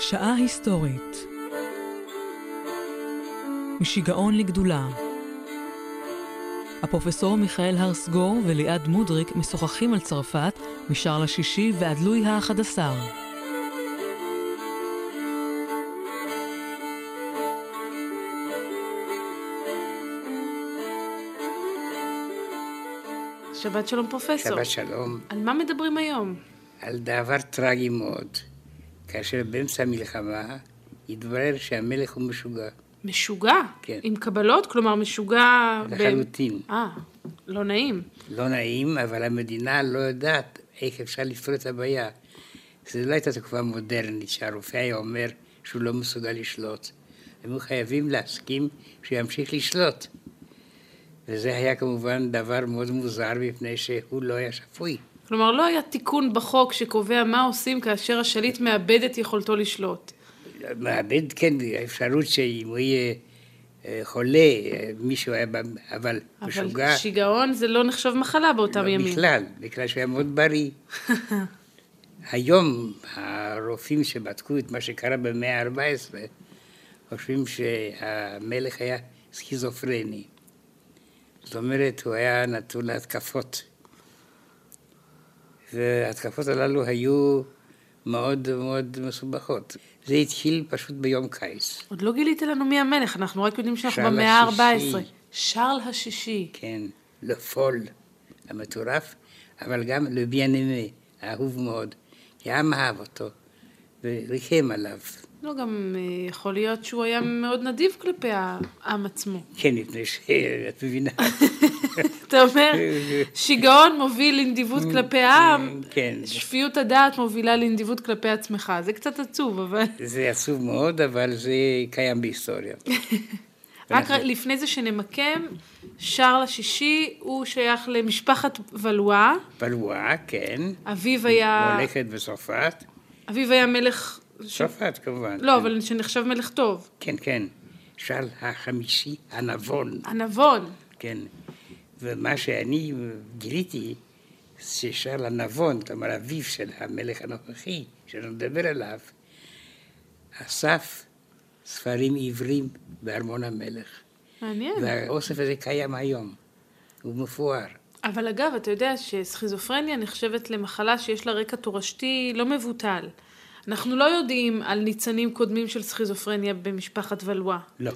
שעה היסטורית. משיגעון לגדולה. הפרופסור מיכאל הרסגור וליעד מודריק משוחחים על צרפת משארל השישי ועד לואי ה-11. שבת שלום פרופסור. שבת שלום. על מה מדברים היום? על דבר טרגי מאוד. כאשר באמצע המלחמה התברר שהמלך הוא משוגע. משוגע? כן. עם קבלות? כלומר משוגע... לחלוטין. לא נעים. לא נעים, אבל המדינה לא יודעת איך אפשר לפתור את הבעיה. זו לא הייתה תקופה מודרנית שהרופא היה אומר שהוא לא מסוגל לשלוט. הם חייבים להסכים שימשיך לשלוט. וזה היה כמובן דבר מאוד מוזר מפני שהוא לא היה שפוי. כלומר, לא היה תיקון בחוק שקובע מה עושים כאשר השליט מאבד את יכולתו לשלוט. מאבד, כן, האפשרות שאם הוא יהיה חולה, מישהו היה, אבל משוגע... אבל שיגעון זה לא נחשב מחלה באותם ימים. בכלל שהוא היה מאוד בריא. היום הרופאים שבדקו את מה שקרה במאה ה-14, חושבים שהמלך היה סכיזופרני. זאת אומרת, הוא היה נתון להתקפות. וההתקפות הללו היו מאוד מאוד מסובכות. זה התחיל פשוט ביום קיץ. עוד לא גילית לנו מי המלך, אנחנו רק יודעים שאנחנו במאה ה-14. שארל השישי. כן, לפול, המטורף, אבל גם לביאנמה, האהוב מאוד. העם אהב אותו, וריחם עליו. לא, גם יכול להיות שהוא היה מאוד נדיב כלפי העם עצמו. כן, מפני שאת מבינה. אתה אומר, שיגעון מוביל לנדיבות כלפי העם, כן. שפיות הדעת מובילה לנדיבות כלפי עצמך. זה קצת עצוב, אבל... זה עצוב מאוד, אבל זה קיים בהיסטוריה. רק לפני זה שנמקם, שארל השישי הוא שייך למשפחת ולואה. ולואה, כן. אביו היה... מולכת בצרפת. אביו היה מלך... צרפת כמובן. לא, אבל שנחשב מלך טוב. כן, כן. שארל החמישי, הנבון. הנבון. כן. ומה שאני גיליתי, ששארל הנבון, כלומר אביו של המלך הנוכחי, שאני מדבר עליו, אסף ספרים עברים בארמון המלך. מעניין. והאוסף הזה קיים היום. הוא מפואר. אבל אגב, אתה יודע שסכיזופרניה נחשבת למחלה שיש לה רקע תורשתי לא מבוטל. אנחנו לא יודעים על ניצנים קודמים של סכיזופרניה במשפחת ולואה. לא.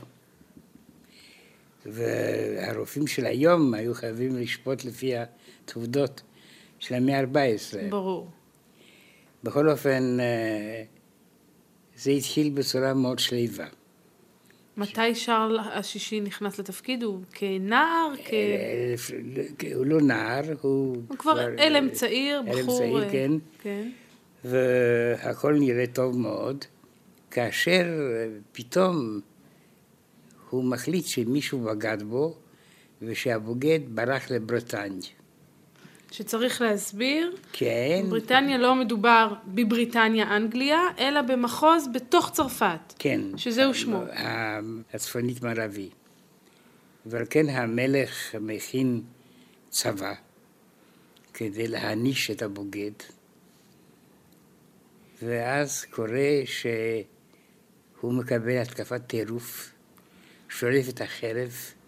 והרופאים של היום היו חייבים לשפוט לפי התעודות של המאה ה-14. ברור. בכל אופן, זה התחיל בצורה מאוד שליבה. מתי שארל השישי נכנס לתפקיד? הוא כנער? הוא לא נער, הוא כבר אלם צעיר, בחור... אלם צעיר, כן. כן. והכל נראה טוב מאוד, כאשר פתאום הוא מחליט שמישהו בגד בו, ושהבוגד ברח לברטניה. שצריך להסביר, כן. בבריטניה לא מדובר בבריטניה אנגליה, אלא במחוז בתוך צרפת. כן. שזהו שמו. הצפונית מערבי. ועל כן המלך מכין צבא, כדי להעניש את הבוגד. ואז קורה שהוא מקבל התקפת טירוף, שולף את החרב,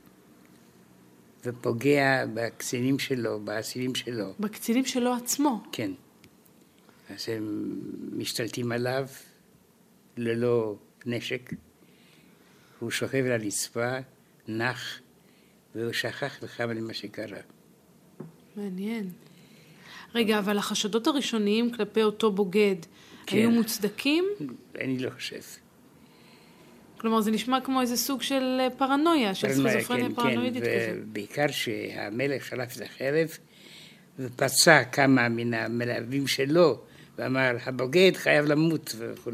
ופוגע בקצינים שלו, באסירים שלו. בקצינים שלו עצמו? כן. אז הם משתלטים עליו ללא נשק. הוא שוכב על הרצפה, נח, והוא שכח בכלל ממה שקרה. מעניין. רגע, אבל החשדות הראשוניים כלפי אותו בוגד, כן. היו מוצדקים? אני לא חושב. כלומר, זה נשמע כמו איזה סוג של פרנויה, של סכיזופרניה פרנואידית כזאת. ובעיקר שהמלך שלף את החרב ופצע כמה מן המלווים שלו, ואמר, הבוגד חייב למות וכו'.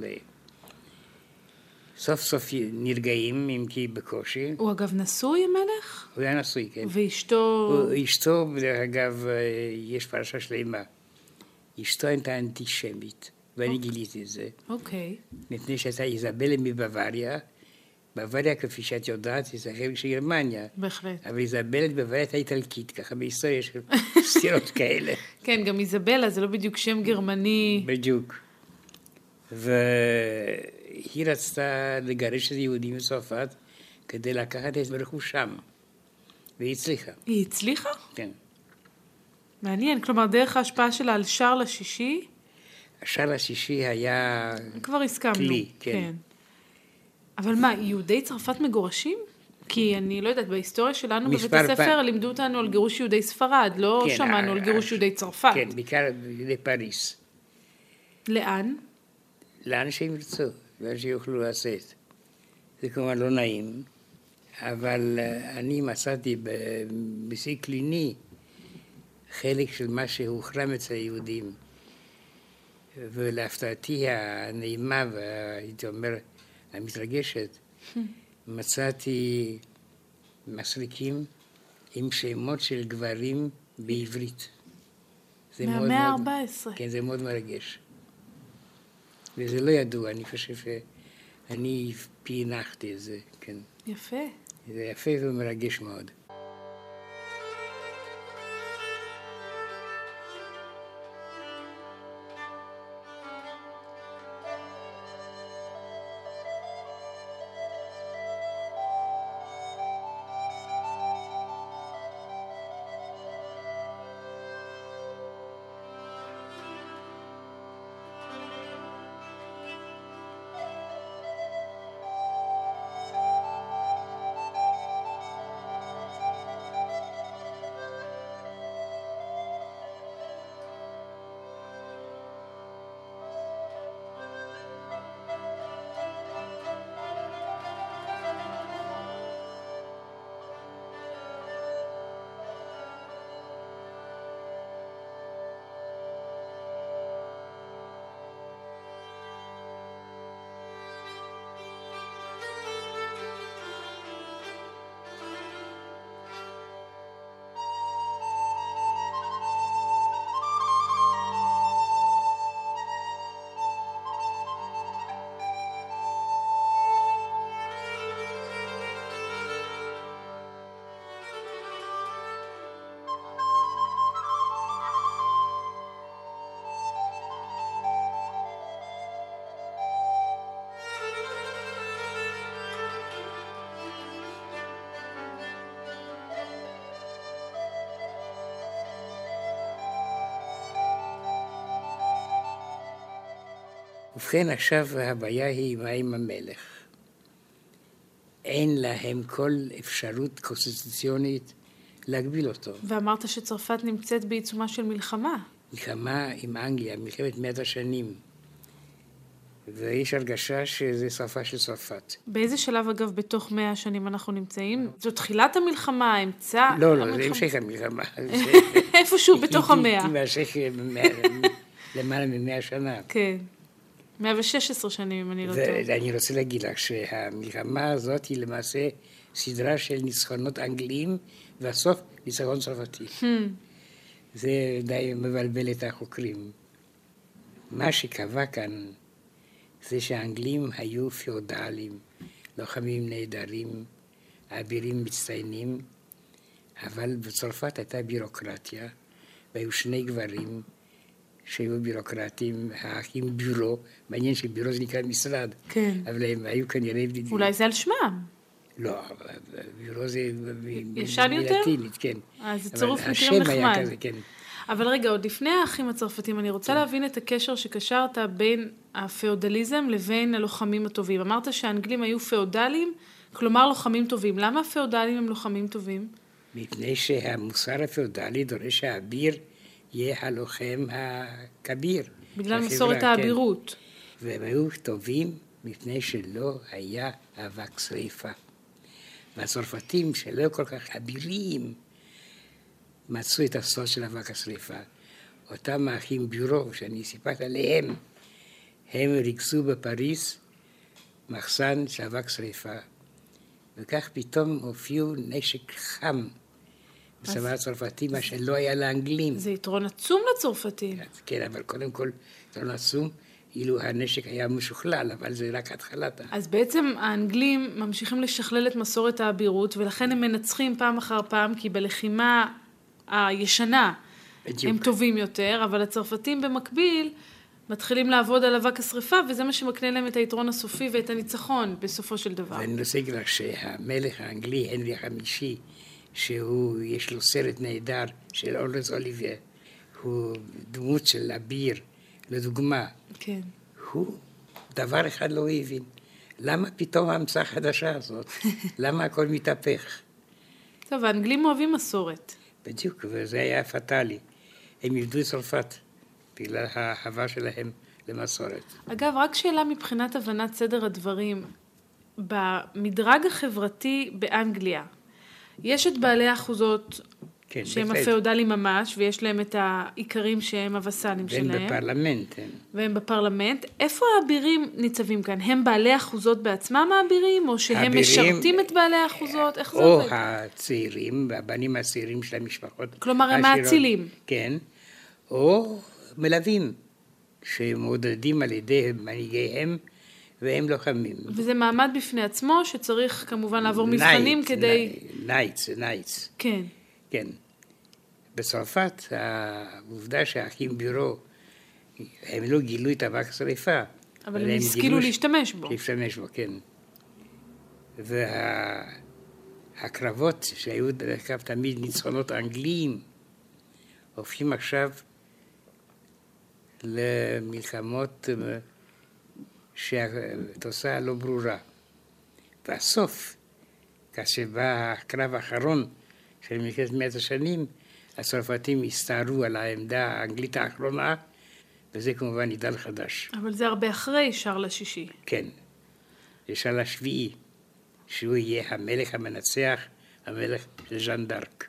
סוף סוף נרגעים, אם כי בקושי. הוא אגב נשוי, המלך? הוא היה נשוי, כן. ואשתו... אשתו, דרך אגב, יש פרשה שלמה. אשתו הייתה אנטישמית, ואני גיליתי את זה. אוקיי. מפני שהייתה איזבלה מבוואריה. בוואריה, כפי שאת יודעת, זה חלק של גרמניה. בהחלט. אבל איזבלה בוואריה הייתה איטלקית, ככה בהיסטוריה של סתירות כאלה. כן, גם איזבלה זה לא בדיוק שם גרמני. בדיוק. היא רצתה לגרש את היהודים מצרפת כדי לקחת את רכושם, והיא הצליחה. היא הצליחה? כן. מעניין, כלומר דרך ההשפעה שלה על שרל השישי? שרל השישי היה כבר הסכמנו. כלי, כן. אבל מה, יהודי צרפת מגורשים? כי אני לא יודעת, בהיסטוריה שלנו בבית הספר לימדו אותנו על גירוש יהודי ספרד, לא כן, שמענו על גירוש יהודי צרפת. כן, בעיקר לפריס. לאן? לאן שהם ירצו, לאן שיוכלו לעשות. זה כמובן לא נעים, אבל אני מצאתי בשיא קליני חלק של מה שהוחרם אצל היהודים. ולהפתעתי הנעימה והייתי אומר המתרגשת, מצאתי מסריקים עם שמות של גברים בעברית. מהמאה ה-14. כן, זה מאוד מרגש. וזה לא ידוע, אני חושב שאני פענחתי את זה, כן. יפה. זה יפה ומרגש מאוד. ובכן, עכשיו הבעיה היא מה עם המלך. אין להם כל אפשרות קונסטיטוציונית להגביל אותו. ואמרת שצרפת נמצאת בעיצומה של מלחמה. מלחמה עם אנגליה, מלחמת 100 השנים. ויש הרגשה שזה שפה של צרפת. באיזה שלב, אגב, בתוך 100 השנים אנחנו נמצאים? זו תחילת המלחמה, אמצע... לא, זה המשך המלחמה. איפשהו בתוך 100. היא תימשך למעלה מ100 שנה. כן. 116 שנים, אם אני לא טועה. ואני רוצה להגיד לך שהמלחמה הזאת היא למעשה סדרה של ניצחונות אנגליים, והסוף ניצחון צרפתי. זה די מבלבל את החוקרים. מה שקבע כאן זה שהאנגלים היו פיאודלים, לוחמים נהדרים, אבירים מצטיינים, אבל בצרפת הייתה בירוקרטיה, והיו שני גברים שהיו בירוקרטים, האחים ביורו, מעניין שביורו זה נקרא משרד, כן. אבל הם היו כנראה... אולי זה על שמם. לא, ביורו זה... ישן יותר? בלטינית, כן. אז זה צירוף מקרים נחמד. השם היה כזה, כן. אבל רגע, עוד לפני האחים הצרפתים, אני רוצה להבין את הקשר שקשרת בין הפיאודליזם לבין הלוחמים הטובים. אמרת שהאנגלים היו פיאודלים, כלומר לוחמים טובים. למה הפיאודלים הם לוחמים טובים? מפני שהמוסר הפיאודלי דורש שהאביר יהיה הלוחם הכביר. בגלל מסורת האבירות. כן. והם היו טובים מפני שלא היה אבק שריפה. והצרפתים שלא כל כך אבירים, מצאו את הסוד של אבק השריפה. אותם האחים ביורו, שאני סיפרת עליהם, הם ריכזו בפריס מחסן של אבק שריפה. וכך פתאום הופיעו נשק חם בצבא הצרפתי, מה שלא היה לאנגלים. זה יתרון עצום לצרפתים. כן, אבל קודם כל יתרון עצום, אילו הנשק היה משוכלל, אבל זה רק התחלת. אז בעצם האנגלים ממשיכים לשכלל את מסורת האבירות, ולכן הם מנצחים פעם אחר פעם, כי בלחימה הישנה בדיוק. הם טובים יותר, אבל הצרפתים במקביל מתחילים לעבוד על אבק השריפה, וזה מה שמקנה להם את היתרון הסופי ואת הניצחון בסופו של דבר. ואני רוצה להגיד לך שהמלך האנגלי, הנרי החמישי, יש לו סרט נהדר של אולרס אוליביה, הוא דמות של אביר, לדוגמה. כן. הוא דבר אחד לא הבין. למה פתאום ההמצאה החדשה הזאת? למה הכל מתהפך? טוב, האנגלים אוהבים מסורת. בדיוק, וזה היה פטלי. הם איבדו את צרפת בגלל האהבה שלהם למסורת. אגב, רק שאלה מבחינת הבנת סדר הדברים. במדרג החברתי באנגליה, יש את בעלי האחוזות כן, שהם בהחלט. הפיאודלים ממש, ויש להם את העיקרים שהם הווסלים שלהם. והם בפרלמנט. והם בפרלמנט. איפה האבירים ניצבים כאן? הם בעלי האחוזות בעצמם האבירים, או שהם האבירים, משרתים את בעלי האחוזות? איך זה או עובד? הצעירים, הבנים הצעירים של המשפחות. כלומר, הם העשירות. מאצילים. כן, או מלווים, שמעודדים על ידי מנהיגיהם, והם לוחמים. וזה מעמד בפני עצמו, שצריך כמובן לעבור מבחנים כדי... נייטס. כן. כן. בצרפת, העובדה שהאחים בירו, הם לא גילו את אבק השריפה. אבל הם השכילו להשתמש בו. להשתמש בו, כן. והקרבות שהיו דרך כלל תמיד ניצחונות אנגליים, הופכים עכשיו למלחמות שהתוצאה לא ברורה. והסוף, כאשר בא הקרב האחרון של מלחמת 100 השנים, הצרפתים הסתערו על העמדה האנגלית האחרונה, וזה כמובן עידן חדש. אבל זה הרבה אחרי שרל השישי. כן. זה שרל השביעי, שהוא יהיה המלך המנצח, המלך של ז'אן ד'ארק.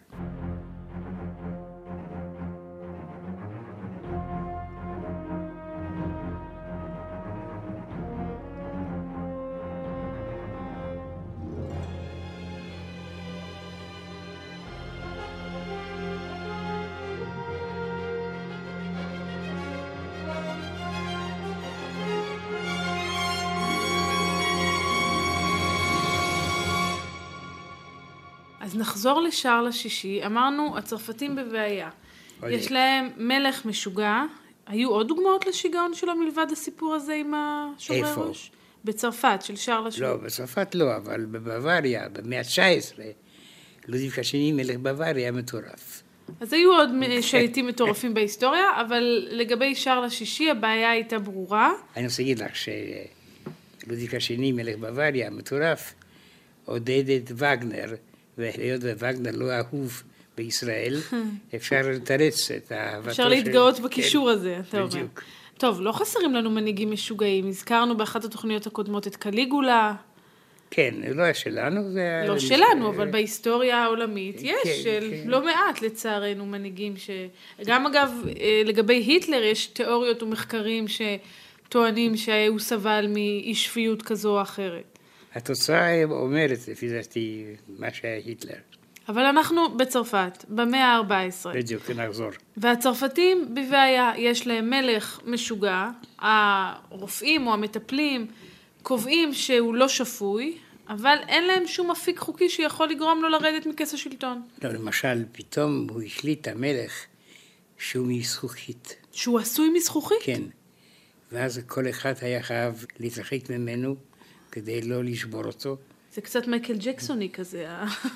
אז נחזור לשרל השישי. אמרנו, הצרפתים בבעיה. יש להם מלך משוגע. היו עוד דוגמאות לשיגעון שלו מלבד הסיפור הזה עם השומרי איפה? ראש? בצרפת, של שרל השביעי. לא, בצרפת לא, אבל בבוואריה, במאה ה-19, לודוויג השני, מלך בוואריה, מטורף. אז היו עוד שליטים מטורפים בהיסטוריה, אבל לגבי שרל השישי הבעיה הייתה ברורה. אני רוצה להגיד לך שלודוויג השני, מלך בוואריה, מטורף, עודד את וגנר, והיות ווגנר לא אהוב בישראל, אפשר לתרץ את אהבתו. אפשר להתגאות בקישור כן, הזה, אתה אומר. בדיוק. טוב, לא חסרים לנו מנהיגים משוגעים. הזכרנו באחת התוכניות הקודמות את קליגולה. כן, לא היה שלנו. זה לא שלנו, אבל בהיסטוריה העולמית יש כן. לא מעט לצערנו מנהיגים גם אגב, לגבי היטלר יש תיאוריות ומחקרים שטוענים שהוא סבל מאי שפיות כזו או אחרת. התוצאה אומרת, לפי דעתי, מה שהיה היטלר. אבל אנחנו בצרפת, במאה ה-14. בדיוק, נחזור. והצרפתים בבעיה, יש להם מלך משוגע, הרופאים או המטפלים קובעים שהוא לא שפוי, אבל אין להם שום אפיק חוקי שיכול לגרום לו לרדת מכס השלטון. לא, למשל, פתאום הוא החליט המלך שהוא מזכוכית. שהוא עשוי מזכוכית? כן. ואז כל אחד היה חייב להתרחק ממנו כדי לא לשבור אותו. זה קצת מייקל ג'קסוני כזה,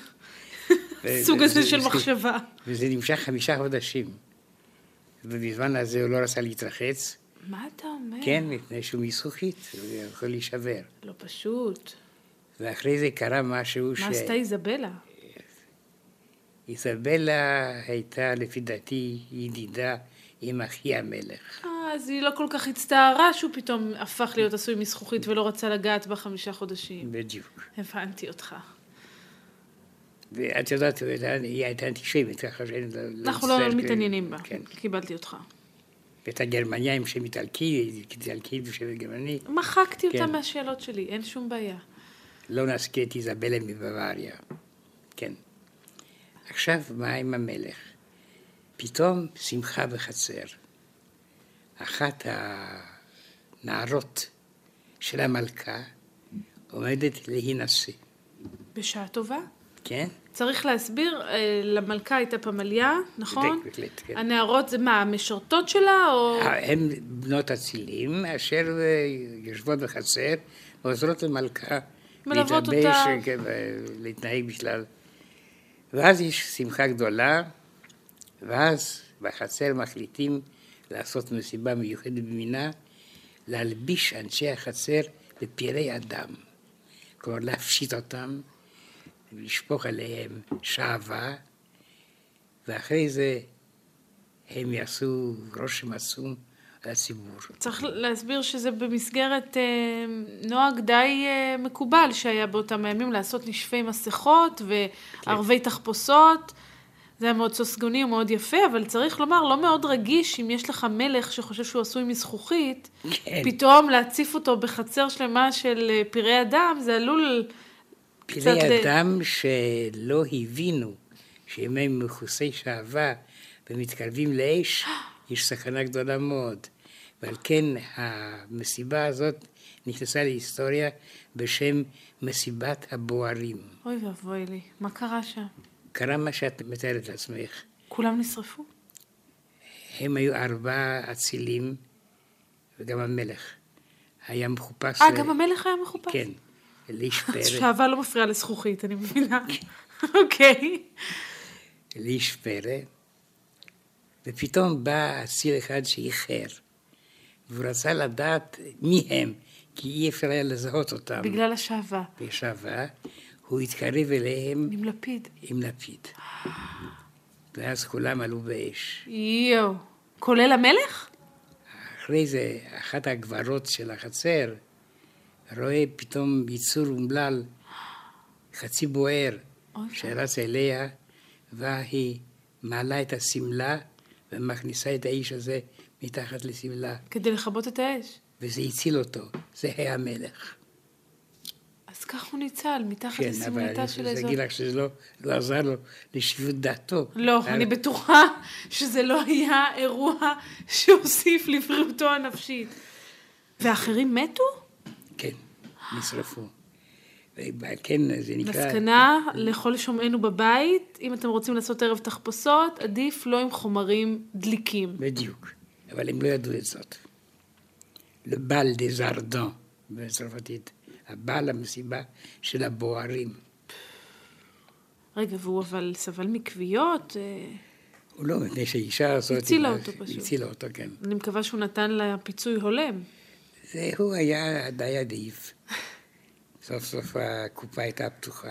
הסוג הזה של מחשבה. וזה נמשך 5 חודשים. ובזמן הזה הוא לא רצה להתרחץ. מה אתה אומר? כן, מפני שהוא מזכוכית, הוא יכול להישבר. לא פשוט. ואחרי זה קרה משהו מה עשתה איזבלה? איזבלה הייתה לפי דעתי ידידה עם אחי המלך. אז היא לא כל כך הצטערה שהוא פתאום הפך להיות עשוי מזכוכית ולא רצה לגעת בה 5 חודשים. בדיוק. הבנתי אותך. ואת יודעת, היא הייתה אנטישמית, ככה שאין... אנחנו לא מתעניינים בה. כן. קיבלתי אותך. ואת הגרמניה עם שם איטלקי ושם גרמני. מחקתי אותה כן. מהשאלות שלי, אין שום בעיה. לא נזכיר את איזבלה מבוואריה. כן. עכשיו, מה עם המלך? פתאום שמחה בחצר. אחת הנערות של המלכה עומדת להינשא. בשעה טובה? כן? צריך להסביר, למלכה הייתה פמליה, נכון? בהחלט, כן. הנערות זה מה, המשרתות שלה או... הן בנות אצילים, אשר יושבות בחצר, ועוזרות למלכה מלוות להתלבש, אותה. להתנהג בשלל. ואז יש שמחה גדולה, ואז בחצר מחליטים לעשות מסיבה מיוחדת במינה, להלביש אנשי החצר בפראי אדם. כלומר, להפשיט אותם, לשפוך עליהם שעווה, ואחרי זה הם יעשו רושם עצום על הציבור. צריך להסביר שזה במסגרת נוהג די מקובל שהיה באותם הימים לעשות נשפי מסכות וערבי תחפושות. זה היה מאוד סוסגוני ומאוד יפה, אבל צריך לומר, לא מאוד רגיש אם יש לך מלך שחושב שהוא עשוי מזכוכית, כן. פתאום להציף אותו בחצר שלמה של פראי אדם, זה עלול קצת פראי אדם שלא הבינו שאם הם מכוסי שעווה ומתקרבים לאש, יש סכנה גדולה מאוד. ועל כן המסיבה הזאת נכנסה להיסטוריה בשם מסיבת הבוערים. אוי ואבוי לי, מה קרה שם? קרה מה שאת מתארת לעצמך. כולם נשרפו? הם היו 4 אצילים, וגם המלך היה מחופש. גם המלך היה מחופש? כן, לאיש פרא. שעווה לא מפריעה לזכוכית, אני מבינה. אוקיי. לאיש פרא, ופתאום בא אציל אחד שאיחר, והוא רצה לדעת מי הם, כי אי אפשר היה לזהות אותם. בגלל השעווה. בשעווה, הוא התקרב אליהם עם לפיד. עם לפיד. ואז כולם עלו באש. יואו. כולל המלך? אחרי זה, אחת הגברות של החצר, רואה פתאום יצור אומלל, חצי בוער, שרץ אליה, והיא מעלה את השמלה, ומכניסה את האיש הזה מתחת לשמלה. כדי לכבות את האש. וזה הציל אותו, זה היה המלך. אז כך הוא ניצל, מתחת כן, לסמלתה של אבל איזו... זה גיד לך שזה לא עזר לו לשפיות דעתו. לא, אני בטוחה שזה לא היה אירוע שהוסיף לבריאותו הנפשית. ואחרים מתו? כן, נשרפו. כן, זה נקרא... מסקנה לכל שומענו בבית, אם אתם רוצים לעשות ערב תחפושות, עדיף לא עם חומרים דליקים. בדיוק, אבל הם לא ידעו את זאת. לבעל דזרדן, בצרפתית, הבעל המסיבה של הבוערים. רגע, והוא אבל סבל מכוויות? הוא לא, מפני שהאישה הזאת... הצילה אותו פשוט. הצילה אותו, כן. אני מקווה שהוא נתן לה פיצוי הולם. הוא היה די עדיף. סוף סוף הקופה הייתה פתוחה.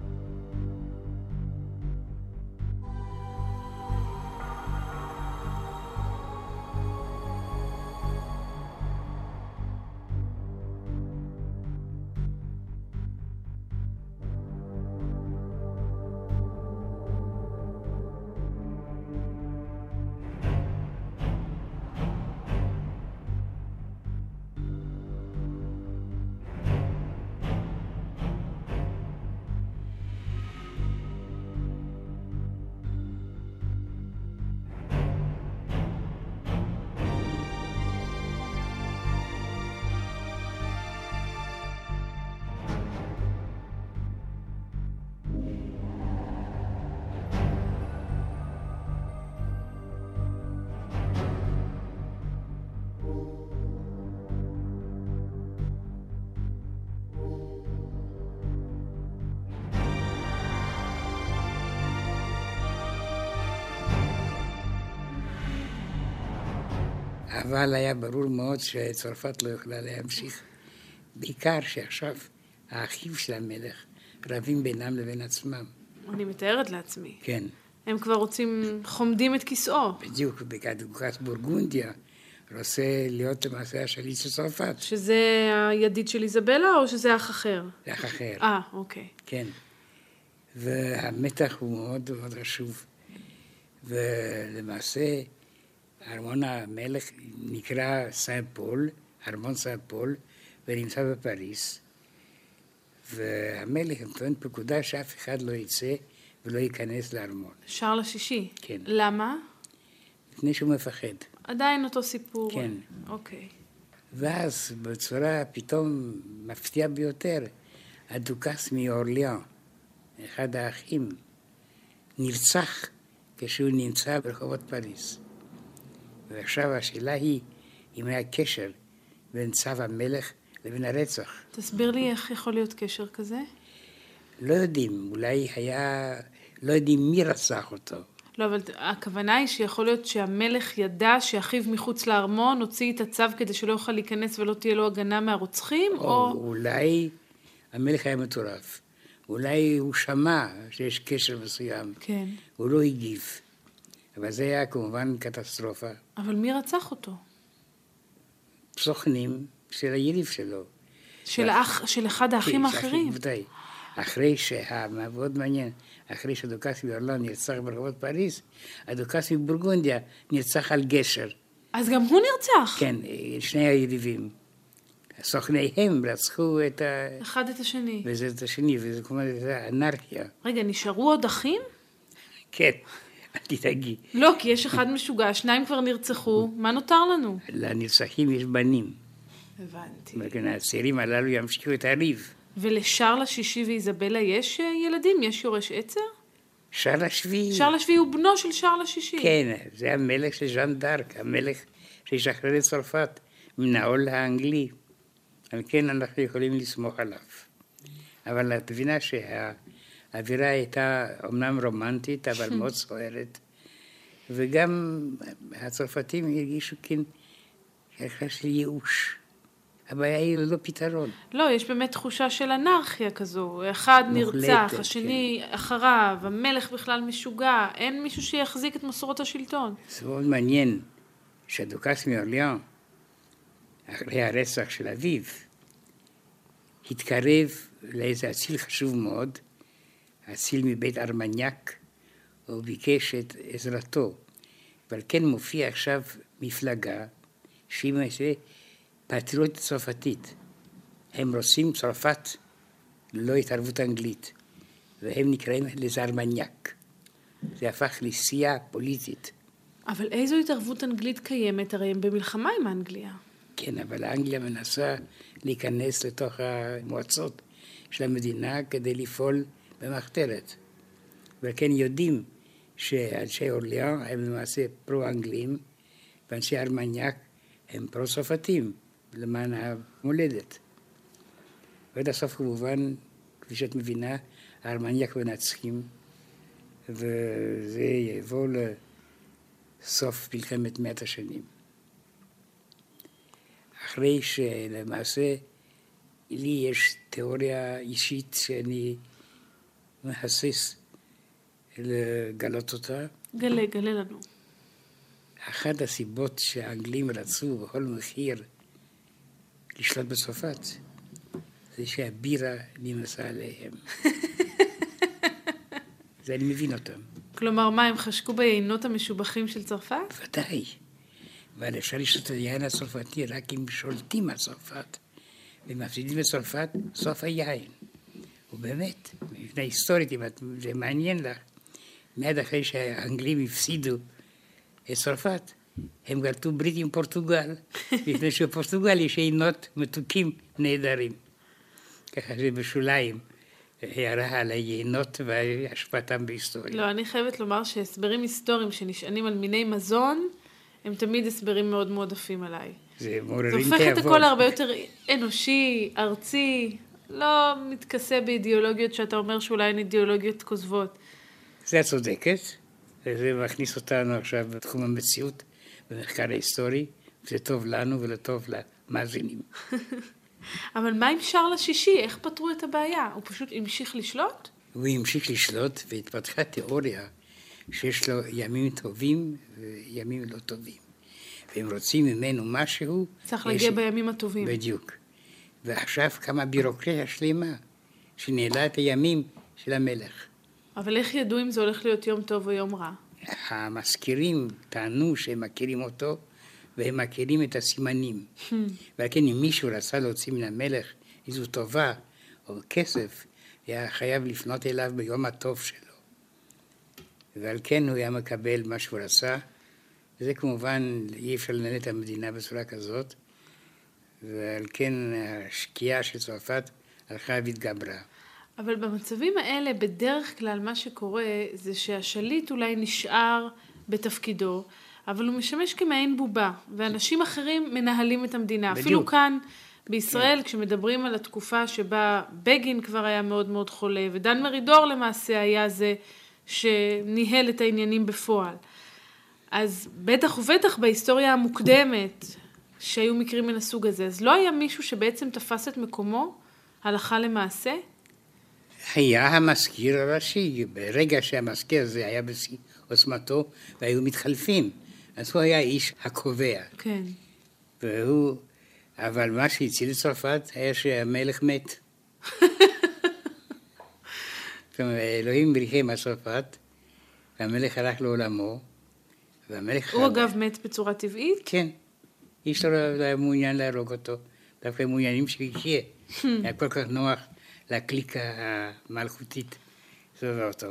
אבל היה ברור מאוד שצרפת לא יכולה להמשיך. בעיקר שעכשיו האחיו של המלך רבים בינם לבין עצמם. אני מתארת לעצמי. כן. הם כבר רוצים, חומדים את כיסאו. בדיוק, בדוכס בורגונדיה, רוצה להיות למעשה השליט של צרפת. שזה הידיד של איזבלה או שזה אח אחר? זה אח אחר. אוקיי. כן. והמתח הוא מאוד מאוד חשוב. ולמעשה, ארמון המלך נקרא סן פול, ארמון סן פול, ונמצא בפריס. והמלך נותן פקודה שאף אחד לא יצא ולא ייכנס לארמון. שרל השישי? כן. למה? לפני שהוא מפחד. עדיין אותו סיפור. כן. אוקיי. ואז בצורה פתאום מפתיעה ביותר, הדוכס מאורליאן, אחד האחים, נרצח כשהוא נמצא ברחובות פריז. ועכשיו השאלה היא, אם היה קשר בין צו המלך לבין הרצח. תסביר לי איך יכול להיות קשר כזה? לא יודעים, אולי היה, לא יודעים מי רצח אותו. לא, אבל הכוונה היא שיכול להיות שהמלך ידע שאחיו מחוץ לארמון הוציא את הצו כדי שלא יוכל להיכנס ולא תהיה לו הגנה מהרוצחים, או... אולי המלך היה מטורף. אולי הוא שמע שיש קשר מסוים. כן. הוא לא הגיב. אבל זה היה כמובן קטסטרופה. אבל מי רצח אותו? סוכנים של היריב שלו. של אחד האחים האחרים? ודאי. אחרי מאוד מעניין, אחרי שדוכס מאורלן נרצח ברחובות פריז, הדוכס מבורגונדיה נרצח על גשר. אז גם הוא נרצח? כן, שני היריבים. סוכניהם רצחו אחד את השני. וזה את השני, וזה כמובן אנרכיה. רגע, נשארו עוד אחים? כן, אל תדאגי. לא, כי יש אחד משוגע, שניים כבר נרצחו, מה נותר לנו? לנרצחים יש בנים. הבנתי. וכן, הצעירים הללו ימשיכו את הריב. ולשרל השישי ואיזבלה יש ילדים? יש יורש עצר? שרל השביעי. שרל השביעי הוא בנו של שרל השישי. כן, זה המלך של ז'אן דארק, המלך שישחרר את צרפת מן העול האנגלי. על כן אנחנו יכולים לסמוך עליו. אבל את מבינה שהאווירה הייתה אומנם רומנטית, אבל מאוד סוערת. וגם הצרפתים הרגישו כן הרגשה של ייאוש. הבעיה היא לא פתרון. לא, יש באמת תחושה של אנרכיה כזו. אחד נרצח, השני כן. אחריו, המלך בכלל משוגע, אין מישהו שיחזיק את מסורות השלטון. זה מאוד מעניין שהדוכס מאורליאן, אחרי הרצח של אביו, התקרב לאיזה אציל חשוב מאוד, אציל מבית ארמניאק, הוא ביקש את עזרתו. אבל כן מופיע עכשיו מפלגה שהיא פטריוטית צרפתית. הם רוצים צרפת ללא התערבות אנגלית, והם נקראים לזה ארמניאק. זה הפך לסיעה פוליטית. אבל איזו התערבות אנגלית קיימת? הרי הם במלחמה עם אנגליה. כן, אבל אנגליה מנסה להיכנס לתוך המועצות של המדינה כדי לפעול במחתרת. וכן יודעים שאנשי אורליאן הם למעשה פרו-אנגלים, ואנשי ארמניאק הם פרו-צרפתים, למען המולדת. ועד הסוף כמובן, כפי שאת מבינה, הארמניאק מנצחים, וזה יבוא לסוף מלחמת 100 השנים. אחרי שלמעשה לי יש תיאוריה אישית שאני מחסס לגלות אותה. גלה לנו. אחת הסיבות שהאנגלים רצו בכל מחיר לשלוט בצרפת, זה שהבירה נמסה עליהם. זה אני מבין אותם. כלומר, מה, הם חשקו ביינות המשובחים של צרפת? ודאי. אבל אפשר לשתות את היין הצרפתי רק אם שולטים על צרפת. ומפסידים בצרפת סוף היין. ובאמת, מבחינה היסטורית, אם זה מעניין לך, מיד אחרי שהאנגלים הפסידו את צרפת, הם גלתו ברית עם פורטוגל, לפני שבפורטוגל יש יינות מתוקים נהדרים. ככה שבשוליים הערה על היינות והשפעתם בהיסטוריה. לא, אני חייבת לומר שהסברים היסטוריים שנשענים על מיני מזון, הם תמיד הסברים מאוד מאוד עפים עליי. זה מעוררים תיאבון. זה הופך את הכל הרבה יותר אנושי, ארצי, לא מתכסה באידיאולוגיות שאתה אומר שאולי הן אידיאולוגיות כוזבות. זה צודקת, וזה מכניס אותנו עכשיו בתחום המציאות, במחקר ההיסטורי, וזה טוב לנו ולטוב למאזינים. אבל מה עם שרל השישי? איך פתרו את הבעיה? הוא פשוט המשיך לשלוט? הוא המשיך לשלוט, והתפתחה תיאוריה שיש לו ימים טובים וימים לא טובים. והם רוצים ממנו משהו... צריך להגיע בימים הטובים. בדיוק. ועכשיו קמה בירוקרטיה שלמה, שניהלה את הימים של המלך. אבל איך ידעו אם זה הולך להיות יום טוב או יום רע? המזכירים טענו שהם מכירים אותו, והם מכירים את הסימנים. ולכן אם מישהו רצה להוציא מן המלך איזו טובה או כסף, היה חייב לפנות אליו ביום הטוב שלו. ועל כן הוא היה מקבל מה שהוא רצה, וזה כמובן אי אפשר לנהל את המדינה בצורה כזאת, ועל כן השקיעה של צרפת הלכה והתגברה. אבל במצבים האלה, בדרך כלל מה שקורה זה שהשליט אולי נשאר בתפקידו, אבל הוא משמש כמעין בובה, ואנשים אחרים מנהלים את המדינה. בדיוק. אפילו כאן בישראל, כשמדברים על התקופה שבה בגין כבר היה מאוד מאוד חולה, ודן מרידור למעשה היה זה שניהל את העניינים בפועל. אז בטח ובטח בהיסטוריה המוקדמת, שהיו מקרים מן הסוג הזה, אז לא היה מישהו שבעצם תפס את מקומו, הלכה למעשה? היה המזכיר הראשי, ברגע שהמזכיר הזה היה בשיא עוצמתו, והיו מתחלפים, אז הוא היה איש הקובע. כן. אבל מה שהציל את צרפת היה שהמלך מת. זאת אומרת, אלוהים ריחם על צרפת, והמלך הלך לעולמו, הוא אגב מת בצורה טבעית? כן. איש לא היה מעוניין להרוג אותו, דווקא מעוניינים שיחיה. היה כל כך נוח לקליקה המלכותית סובב אותו.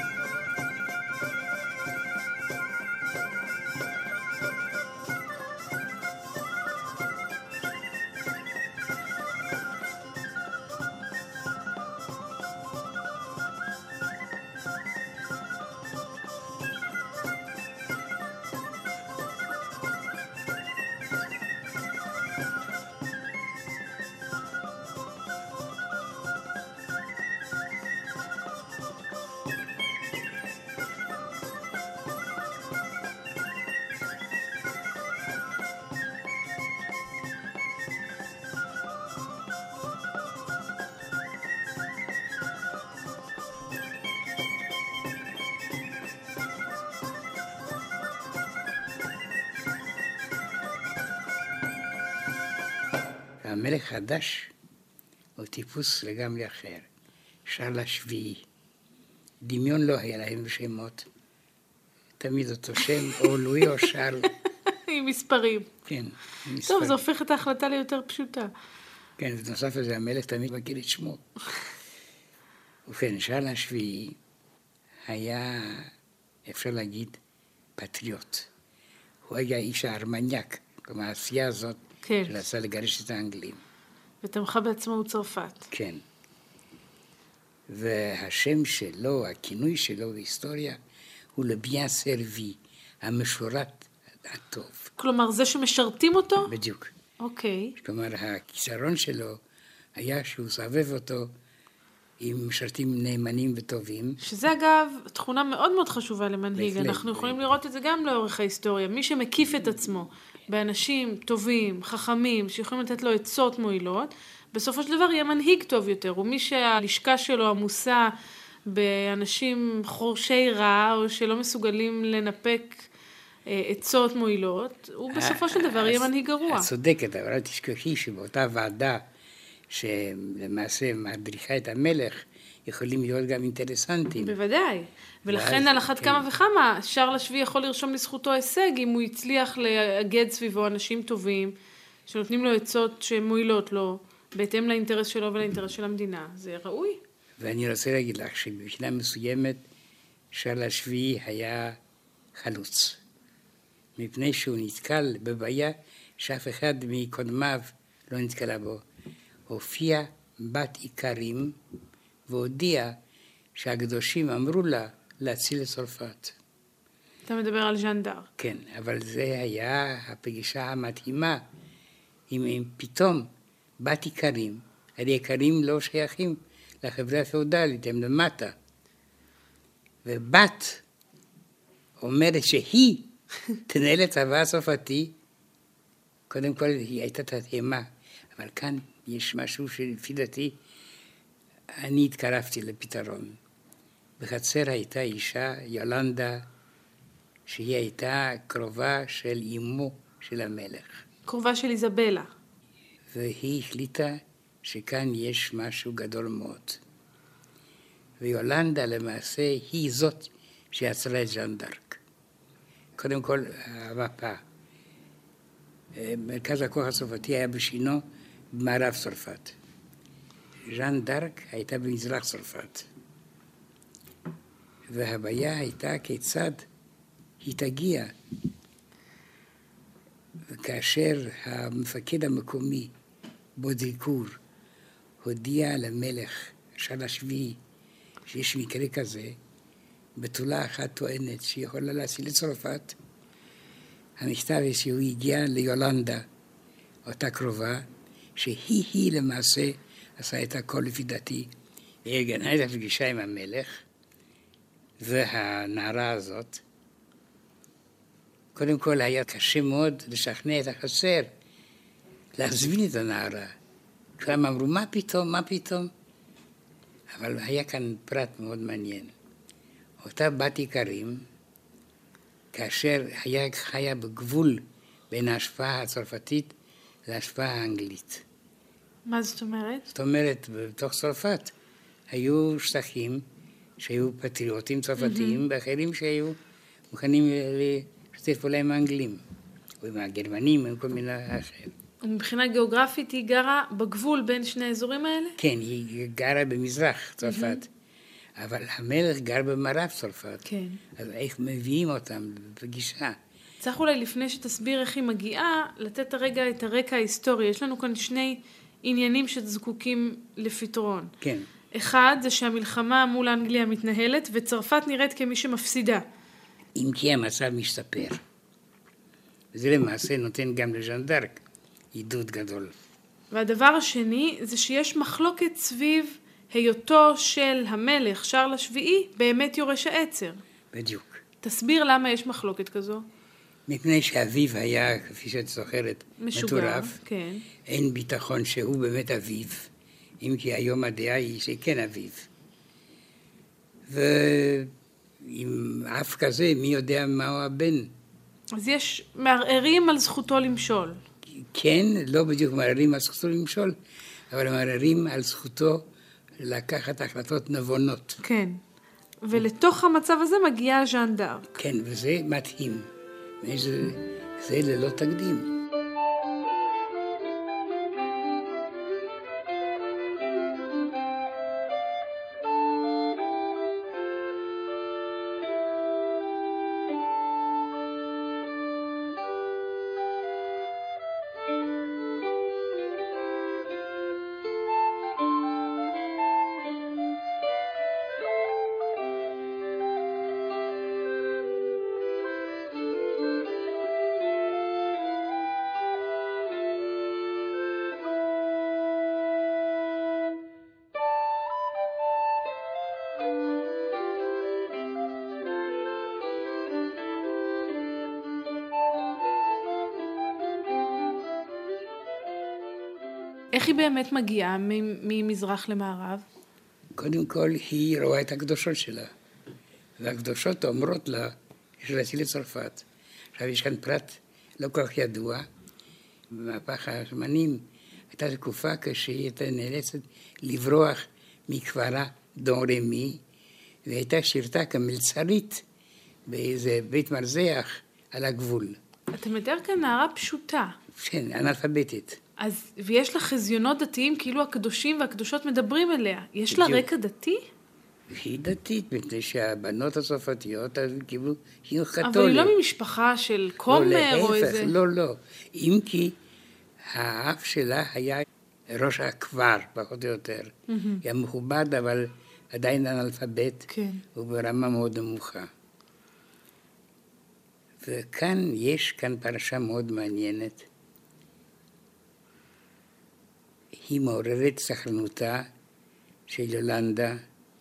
המלך חדש הוא טיפוס לגמרי אחר, שרל השביעי. דמיון לא היה להם בשמות, תמיד אותו שם, או לואי או שרל. עם מספרים. כן, עם מספרים. טוב, זה הופך את ההחלטה ליותר פשוטה. כן, ונוסף לזה, המלך תמיד מכיר את שמו. ובכן, שרל השביעי היה, אפשר להגיד, פטריוט. הוא היה איש הארמניאק, כלומר, העשייה הזאת, כן. שרצה לגרש את האנגלים. ותמכה בעצמאות צרפת. כן. והשם שלו, הכינוי שלו בהיסטוריה, הוא לביאן סרבי, המשורת הטוב. כלומר, זה שמשרתים אותו? בדיוק. אוקיי. כלומר, הכישרון שלו היה שהוא סובב אותו עם משרתים נאמנים וטובים. שזה אגב תכונה מאוד מאוד חשובה למנהיג. אנחנו יכולים לראות את זה גם לאורך ההיסטוריה. מי שמקיף את עצמו באנשים טובים, חכמים, שיכולים לתת לו עצות מועילות, בסופו של דבר יהיה מנהיג טוב יותר. ומי שהלשכה שלו עמוסה באנשים חורשי רע, או שלא מסוגלים לנפק עצות מועילות, הוא בסופו של דבר יהיה מנהיג גרוע. את צודקת, אבל אל תשכחי שבאותה ועדה שלמעשה מדריכה את המלך, יכולים להיות גם אינטרסנטים. בוודאי. ולכן על אחת כמה וכמה, שרל השביעי יכול לרשום לזכותו הישג, אם הוא הצליח לאגד סביבו אנשים טובים, שנותנים לו עצות שמועילות לו, בהתאם לאינטרס שלו ולאינטרס של המדינה. זה ראוי. ואני רוצה להגיד לך שבבחינה מסוימת, שרל השביעי היה חלוץ. מפני שהוא נתקל בבעיה שאף אחד מקודמיו לא נתקלה בו. הופיע בת עיקרים והודיע שהקדושים אמרו לה להציל את צרפת. אתה מדבר על ז'אן ד'ארק. כן, אבל זה היה הפגישה המתאימה עם פתאום בת עיקרים. הרי עיקרים לא שייכים לחברה הפאודלית, הם למטה. ובת אומרת שהיא תנהל את הצבא הצרפתי, קודם כל היא הייתה תדהמה, אבל כאן יש משהו שלפי דעתי, אני התקרבתי לפתרון. בחצר הייתה אישה, יולנדה, שהיא הייתה קרובה של אמו של המלך. קרובה של איזבלה. והיא החליטה שכאן יש משהו גדול מאוד. ויולנדה למעשה היא זאת שיצרה את ז'אן ד'ארק. קודם כל, המפה. מרכז הכוח הצרפתי היה בשינו במערב צרפת. ז'אן ד'ארק הייתה במזרח צרפת. והבעיה הייתה כיצד היא תגיע. וכאשר המפקד המקומי בודריקור הודיע למלך שנה שביעי, שיש מקרה כזה, בתולה אחת טוענת שהיא יכולה להציל את צרפת. המכתב שהוא הגיע ליולנדה, אותה קרובה, שהיא למעשה עשה את הכל לפי דעתי. היא ארגנה את הפגישה עם המלך, והנערה הזאת, קודם כל היה קשה מאוד לשכנע את החצר, להזמין את הנערה. כולם אמרו, מה פתאום, מה פתאום? אבל היה כאן פרט מאוד מעניין. אותה בת איכרים, כאשר היה חיה בגבול בין ההשפעה הצרפתית להשפעה האנגלית. מה זאת אומרת? זאת אומרת, בתוך צרפת היו שטחים שהיו פטריוטים צרפתיים, ואחרים שהיו מוכנים לשתף פעולה עם האנגלים, או עם הגרמנים, עם כל מיני אחר. ומבחינה גיאוגרפית היא גרה בגבול בין שני האזורים האלה? כן, היא גרה במזרח צרפת, אבל המלך גר במערב צרפת. כן. אז איך מביאים אותם בפגישה? צריך אולי לפני שתסביר איך היא מגיעה, לתת הרגע את הרקע ההיסטורי. יש לנו כאן שני עניינים שזקוקים לפתרון. כן. אחד זה שהמלחמה מול אנגליה מתנהלת, וצרפת נראית כמי שמפסידה. אם כי המצב משתפר. וזה למעשה נותן גם לז'אן ד'ארק עידוד גדול. והדבר השני זה שיש מחלוקת סביב היותו של המלך שרל השביעי באמת יורש העצר. בדיוק. תסביר למה יש מחלוקת כזו. מפני שאביו היה, כפי שאת זוכרת, משוגע, מטורף. כן. אין ביטחון שהוא באמת אביו, אם כי היום הדעה היא שכן אביו. ועם אף כזה, מי יודע מהו הבן? אז יש מערערים על זכותו למשול. כן, לא בדיוק מערערים על זכותו למשול, אבל מערערים על זכותו לקחת החלטות נבונות. כן. ולתוך המצב הזה מגיעה ז'אן ד'ארק. כן, וזה מדהים. זה ללא תקדים. איך היא באמת מגיעה ממזרח למערב? קודם כל, היא רואה את הקדושות שלה. והקדושות אומרות לה, יש להציל את צרפת. עכשיו, יש כאן פרט לא כל כך ידוע. במהפך הזמנים הייתה תקופה כשהיא הייתה נאלצת לברוח מכפרה דון רמי, והייתה שירתה כמלצרית באיזה בית מרזח על הגבול. אתה מתאר כאן נערה פשוטה. כן, אנאלפביתית. אז, ויש לה חזיונות דתיים כאילו הקדושים והקדושות מדברים אליה. יש לה רקע דתי? היא דתית, מפני שהבנות הצרפתיות קיבלו חינוך קתולי. אבל היא לא ממשפחה של כומר או איזה... לא. אם כי האב שלה היה ראש הכבר, פחות או יותר. היה מכובד, אבל עדיין אנאלפבית, וברמה מאוד נמוכה. וכאן יש פרשה מאוד מעניינת. היא מעוררת סקרנותה של יולנדה,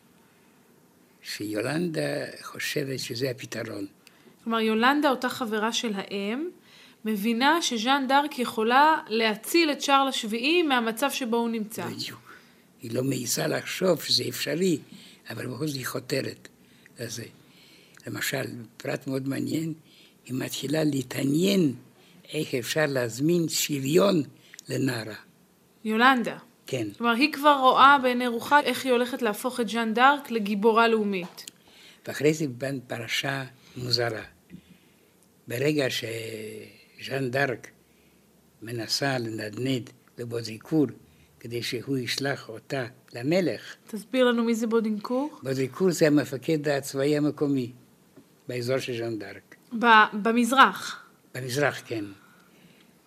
שיולנדה חושבת שזה הפתרון. כלומר, יולנדה, אותה חברה של האם, מבינה שז'אן ד'ארק יכולה להציל את שרל השביעי מהמצב שבו הוא נמצא. בדיוק. היא לא מעיזה לחשוב שזה אפשרי, אבל בכל זאת היא חותרת לזה. למשל, פרט מאוד מעניין, היא מתחילה להתעניין איך אפשר להזמין שריון לנערה. יולנדה. כן. כלומר, היא כבר רואה בעיני רוחה איך היא הולכת להפוך את ז'אן ד'ארק לגיבורה לאומית. ואחרי זה בן פרשה מוזרה. ברגע שז'אן ד'ארק מנסה לנדנד לבוזיקור, כדי שהוא ישלח אותה למלך. תסביר לנו מי זה בודינקור? בוזיקור זה המפקד הצבאי המקומי, באזור של ז'אן ד'ארק. במזרח. במזרח, כן.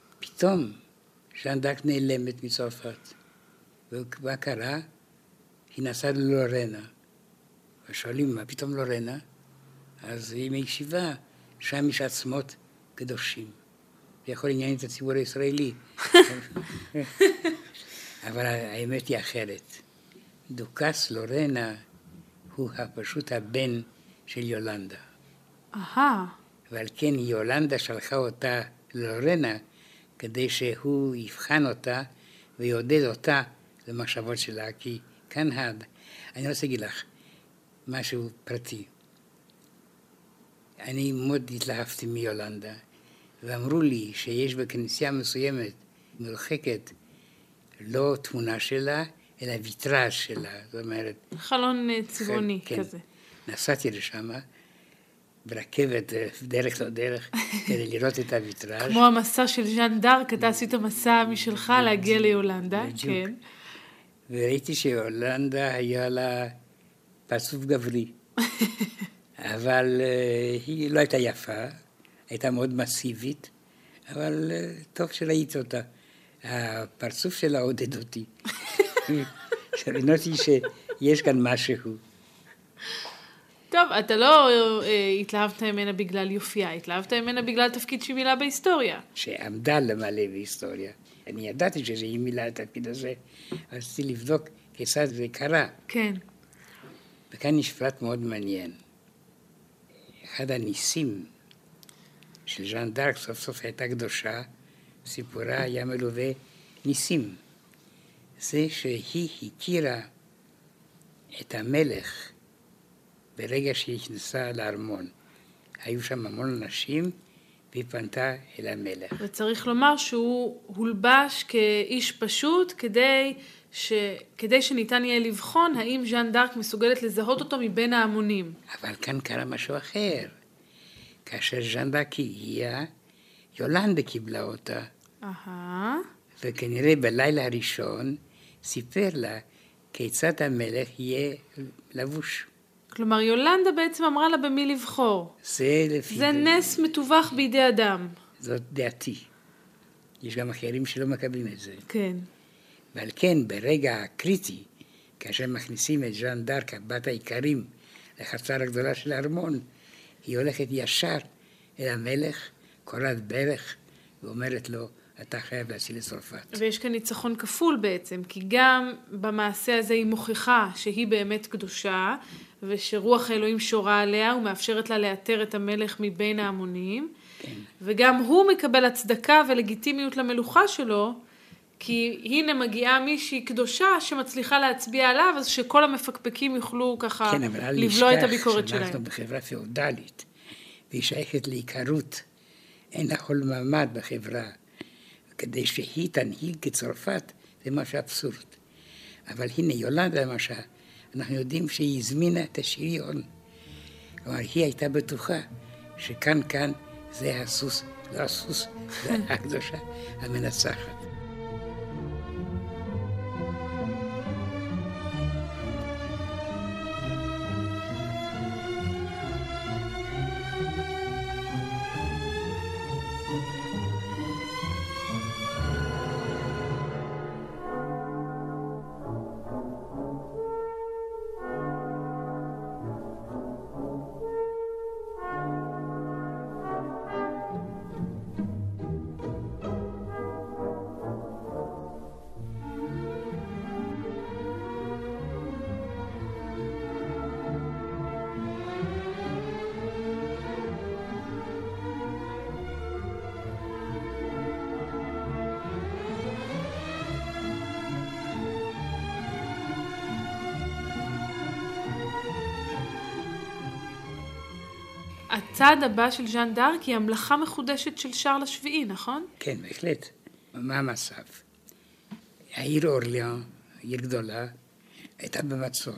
פתאום ז'אן ד'ארק נעלמת מצרפת. ומה קרה? היא נסעה ללורנה. ושואלים, מה פתאום לורנה? אז היא מישיבה, שם יש עצמות קדושים. זה יכול לעניין את הציבור הישראלי. אבל האמת היא אחרת. דוכס לורנה הוא פשוט הבן של יולנדה. ועל כן יולנדה שלחה אותה ללורנה, כדי שהוא יבחן אותה ויעודד אותה למחשבות שלה, כי כאן אני רוצה להגיד לך משהו פרטי. אני מאוד התלהבתי מיולנדה, ואמרו לי שיש בכנסייה מסוימת, מרוחקת, לא תמונה שלה, אלא ויטראז' שלה, זאת אומרת... חלון צבעוני כזה. נסעתי לשם, ברכבת, דרך לא דרך, כדי לראות את הויטראז'. כמו המסע של ז'אן דארק, אתה עשית מסע משלך להגיע ליולנדה, כן. וראיתי שיולנדה היה לה פרצוף גברי, אבל היא לא הייתה יפה, הייתה מאוד מסיבית, אבל טוב שראיתי אותה. הפרצוף שלה עודד אותי. שראיתי שיש כאן משהו. טוב, אתה לא התלהבת ממנה בגלל יופייה, התלהבת ממנה בגלל תפקיד שהיא מילה בהיסטוריה. שעמדה למלא בהיסטוריה. אני ידעתי שהיא מילה את התפקיד הזה, רציתי לבדוק כיצד זה קרה. כן. וכאן יש פרט מאוד מעניין. אחד הניסים של ז'אן דארק סוף סוף הייתה קדושה, סיפורה היה מלווה ניסים. זה שהיא הכירה את המלך ברגע שהיא נכנסה לארמון. היו שם המון אנשים, והיא פנתה אל המלך. וצריך לומר שהוא הולבש כאיש פשוט, כדי שניתן יהיה לבחון האם ז'אן דארק מסוגלת לזהות אותו מבין ההמונים. אבל כאן קרה משהו אחר. כאשר ז'אן דארק הגיעה, יולנדה קיבלה אותה. וכנראה בלילה הראשון סיפר לה כיצד המלך יהיה לבוש. כלומר, יולנדה בעצם אמרה לה במי לבחור. זה נס מתווך בידי אדם. זאת דעתי. יש גם אחרים שלא מקבלים את זה. כן. ועל כן, ברגע הקריטי, כאשר מכניסים את ז'אן דארק, בת העיקרים, לחצר הגדולה של הארמון, היא הולכת ישר אל המלך, קוראת ברך, ואומרת לו, אתה חייב להציל את צרפת. ויש כאן ניצחון כפול בעצם, כי גם במעשה הזה היא מוכיחה שהיא באמת קדושה, ושרוח האלוהים שורה עליה, ומאפשרת לה לאתר את המלך מבין ההמונים, כן. וגם הוא מקבל הצדקה ולגיטימיות למלוכה שלו, כי הנה מגיעה מישהי קדושה שמצליחה להצביע עליו, אז שכל המפקפקים יוכלו ככה לבלוע את הביקורת שלהם. שאנחנו בחברה פאודלית, והיא שייכת לעיקרות, אין לה כל מעמד בחברה, כדי שהיא תנהיג כצרפת, זה משהו אבסורד. אבל הנה יולנדה למשל, אנחנו יודעים שהיא הזמינה את השריון. כלומר, היא הייתה בטוחה שכאן זה הסוס, לא הסוס, זה הקדושה המנצחת. הצעד הבא של ז'אן דארק היא המלאכה מחודשת של שרל השביעי, נכון? כן, בהחלט. מה המצב? העיר אורליאן, עיר גדולה, הייתה במצור.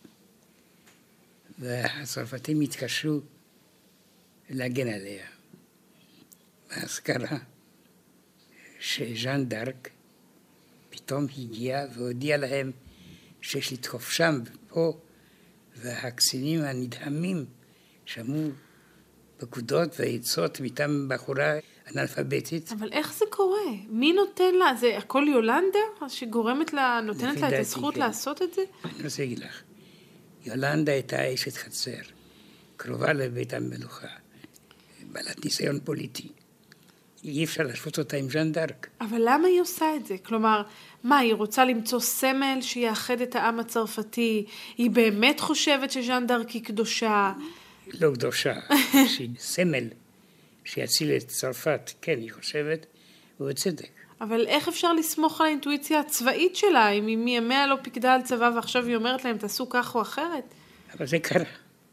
והצרפתים התקשו להגן עליה. ואז קרה שז'אן דארק פתאום הגיע והודיע להם שיש לתקוף שם ופה, והקצינים הנדהמים שמעו פקודות ועצות מטעם בחורה אנאלפביתית. אבל איך זה קורה? מי נותן לה? זה הכל יולנדה שגורמת לה, נותנת לה את הזכות לעשות את זה? אני רוצה להגיד לך, יולנדה הייתה אשת חצר, קרובה לבית המלוכה, בעלת ניסיון פוליטי. אי אפשר להשוות אותה עם ז'אן דארק. אבל למה היא עושה את זה? כלומר, מה, היא רוצה למצוא סמל שיאחד את העם הצרפתי? היא באמת חושבת שז'אן דארק היא קדושה? לא קדושה, שהיא סמל שיציל את צרפת, כן, היא חושבת, ובצדק. אבל איך אפשר לסמוך על האינטואיציה הצבאית שלה, אם היא מימיה לא פיקדה על צבא ועכשיו היא אומרת להם, תעשו כך או אחרת? אבל זה קרה.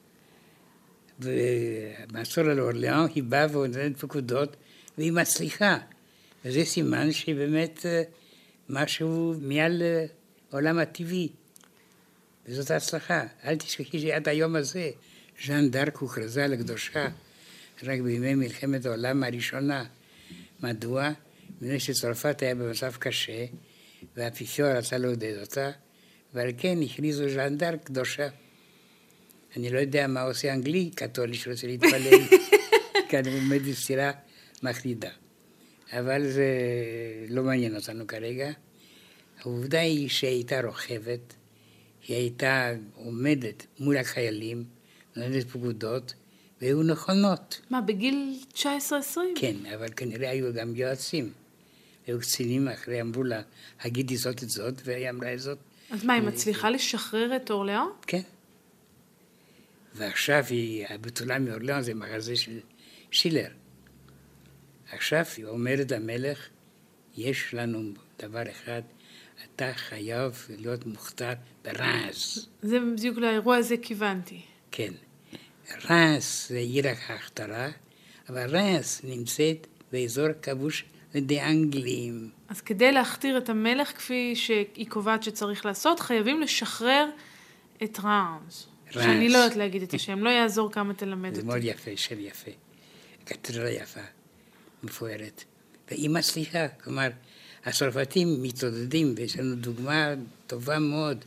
ובעשור על אורליאן היא באה ונותנת פקודות, והיא מצליחה. וזה סימן שהיא באמת משהו מעל העולם הטבעי. וזאת ההצלחה. אל תשכחי שעד היום הזה, ז'אן דארק הוכרזה לקדושה רק בימי מלחמת העולם הראשונה. מדוע? מפני שצרפת היה במצב קשה, והאפיפיור רצה לעודד אותה, ועל כן הכריזו ז'אן דארק קדושה. אני לא יודע מה עושה אנגלי קתולי שרוצה להתפלל, כאן הוא עומד בסתירה מחלידה. אבל זה לא מעניין אותנו כרגע. העובדה היא שהיא הייתה רוכבת, היא הייתה עומדת מול החיילים, נותנת פקודות, והיו נכונות. מה, בגיל 19-20? כן, אבל כנראה היו גם יועצים. היו קצינים אחרי, אמרו לה, הגידי זאת את זאת, והיא אמרה את זאת. אז מה, היא מצליחה לשחרר את אורליאן? כן. ועכשיו היא, הבתולה מאורליאן זה מחזה של שילר. עכשיו היא אומרת למלך, יש לנו דבר אחד, אתה חייב להיות מוכתר ברנס. זה בדיוק לאירוע הזה כיוונתי. כן. רנס זה עיר ההכתרה, אבל רנס נמצאת באזור כבוש לידי אנגלים. אז כדי להכתיר את המלך כפי שהיא קובעת שצריך לעשות, חייבים לשחרר את רנס. שאני לא יודעת להגיד את השם, לא יעזור כמה תלמד אותי. זה מאוד יפה, שם יפה. קתדרלה יפה, מפוארת. והיא מצליחה, כלומר, הצרפתים מתעודדים, ויש לנו דוגמה טובה מאוד,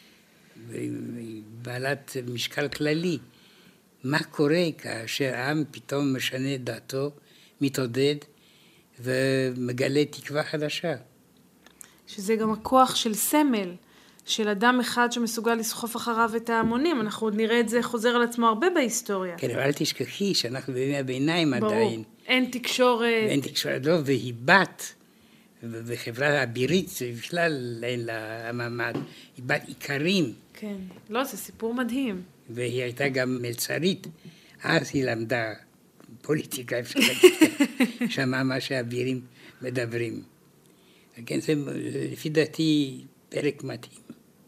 בעלת משקל כללי. מה קורה כאשר העם פתאום משנה דעתו, מתעודד, ומגלה תקווה חדשה. שזה גם הכוח של סמל, של אדם אחד שמסוגל לסחוף אחריו את ההמונים. אנחנו עוד נראה את זה חוזר על עצמו הרבה בהיסטוריה. כן, אבל אל תשכחי שאנחנו בימי הביניים עדיין. ברור, אין תקשורת. אין תקשורת, לא, והיא בת, וחברה אבירית, בכלל אין לה מעמד, היא בת עיקרים. כן, לא, זה סיפור מדהים. והיא הייתה גם מלצרית, אז היא למדה פוליטיקה, אפשר להגיד, שמעה מה שהאבירים מדברים. כן, זה לפי דעתי פרק מתאים.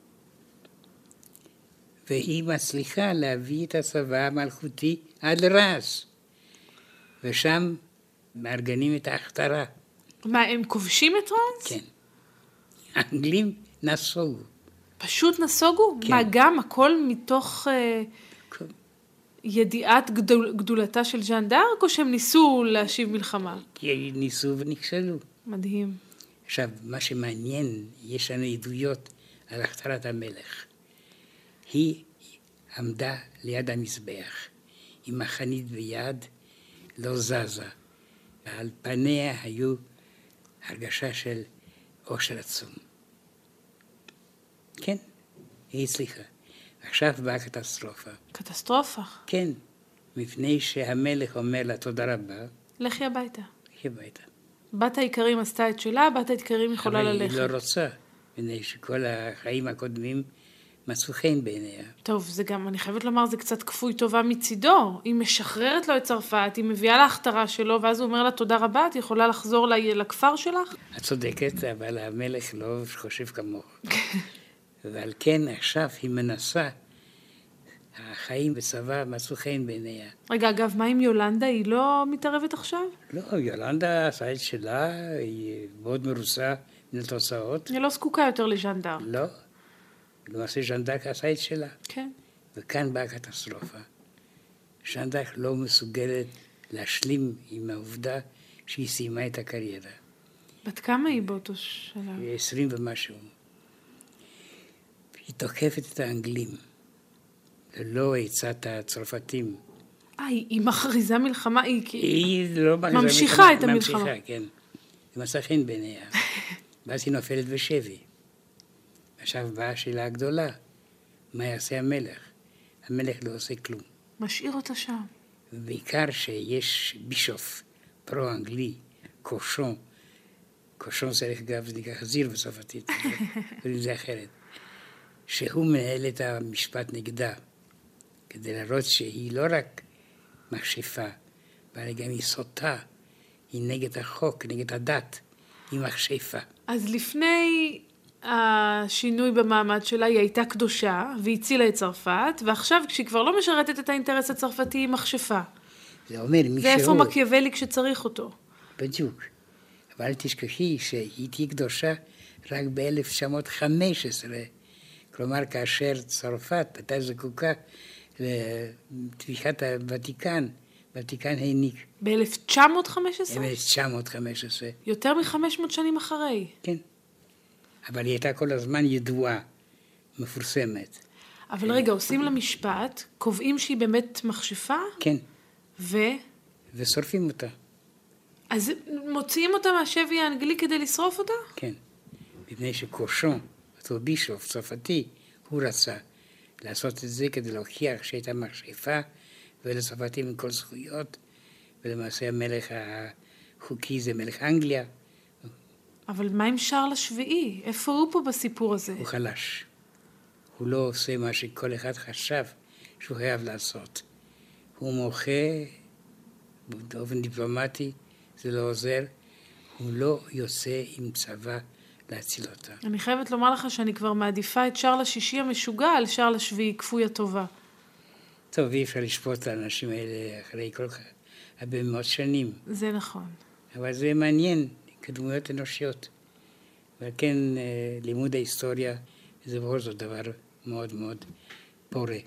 והיא מצליחה להביא את הצבא המלכותי עד לרס, ושם מארגנים את ההכתרה. מה, הם כובשים את רנס? כן. האנגלים נסוגו. פשוט נסוגו? כן. מה, גם הכל מתוך ידיעת גדולתה של ז'אן דארק, או שהם ניסו להשיב מלחמה? כי ניסו ונכשלו. מדהים. עכשיו, מה שמעניין, יש לנו עדויות על הכתרת המלך. היא עמדה ליד המזבח, עם החנית ביד, לא זזה. ועל פניה היו הרגשה של אושר עצום. כן, היא הצליחה. עכשיו באה קטסטרופה. קטסטרופה. כן, מפני שהמלך אומר לה תודה רבה. לכי הביתה. לכי הביתה. בת העיקרים עשתה את שלה, בת העיקרים יכולה ללכת. אבל היא לא רוצה, מפני שכל החיים הקודמים מצאו חן בעיניה. טוב, זה גם, אני חייבת לומר, זה קצת כפוי טובה מצידו. היא משחררת לו את צרפת, היא מביאה להכתרה שלו, ואז הוא אומר לה תודה רבה, את יכולה לחזור לכפר שלך? את צודקת, אבל המלך לא חושב כמוך. ועל כן עכשיו היא מנסה, החיים בצבא מצאו חן בעיניה. רגע, אגב, מה עם יולנדה? היא לא מתערבת עכשיו? לא, יולנדה עשה את שלה, היא מאוד מרוצה מן התוצאות. היא לא זקוקה יותר לז'אן דארק. לא, למעשה ז'אן דארק עשה את שלה. כן. וכאן באה קטסטרופה. ז'אן דארק לא מסוגלת להשלים עם העובדה שהיא סיימה את הקריירה. בת כמה היא באותו שלב? 20 ומשהו. היא תוקפת את האנגלים, ללא עצת הצרפתים. היא מכריזה מלחמה, היא לא מכריזה ממשיכה את המלחמה. ממשיכה, כן. זה מצא חן בעיניה. ואז היא נופלת בשבי. עכשיו באה השאלה הגדולה, מה יעשה המלך? המלך לא עושה כלום. משאיר אותה שם. ובעיקר שיש בישוף, פרו-אנגלי, קושון. קושון צריך אגב, זה נקרא חזיר בצרפתית, קוראים זה אחרת. שהוא מנהל את המשפט נגדה, כדי להראות שהיא לא רק מכשפה, אבל גם היא סוטה, היא נגד החוק, נגד הדת, היא מכשפה. אז לפני השינוי במעמד שלה, היא הייתה קדושה, והצילה את צרפת, ועכשיו כשהיא כבר לא משרתת את האינטרס הצרפתי, היא מכשפה. זה אומר, מישהו... זה איפה מקיאוולי כשצריך אותו. בדיוק. אבל אל תשכחי שהיא תהיה קדושה רק ב-1915. כלומר, כאשר צרפת הייתה זקוקה לתמיכת הוותיקן, הוותיקן העניק. ב-1915? ב-1915. יותר מ-500 שנים אחרי. כן. אבל היא הייתה כל הזמן ידועה, מפורסמת. אבל רגע, עושים לה משפט, קובעים שהיא באמת מכשפה? כן. ו? ושורפים אותה. אז מוציאים אותה מהשבי האנגלי כדי לשרוף אותה? כן. מפני שקושון, אותו בישוף צרפתי, הוא רצה לעשות את זה כדי להוכיח שהייתה מכשפה, ולצרפתים עם כל זכויות, ולמעשה המלך החוקי זה מלך אנגליה. אבל מה עם שרל השביעי? איפה הוא פה בסיפור הזה? הוא חלש. הוא לא עושה מה שכל אחד חשב שהוא חייב לעשות. הוא מוחה באופן דיפלומטי, זה לא עוזר. הוא לא יוצא עם צבא להציל אותה. אני חייבת לומר לך שאני כבר מעדיפה את שרל השישי המשוגע על שרל השביעי כפוי הטובה. טוב, אי אפשר לשפוט את האנשים האלה אחרי כל כך הרבה מאות שנים. זה נכון. אבל זה מעניין, כדמויות אנושיות. וכן, לימוד ההיסטוריה זה בכל זאת דבר מאוד מאוד פורה.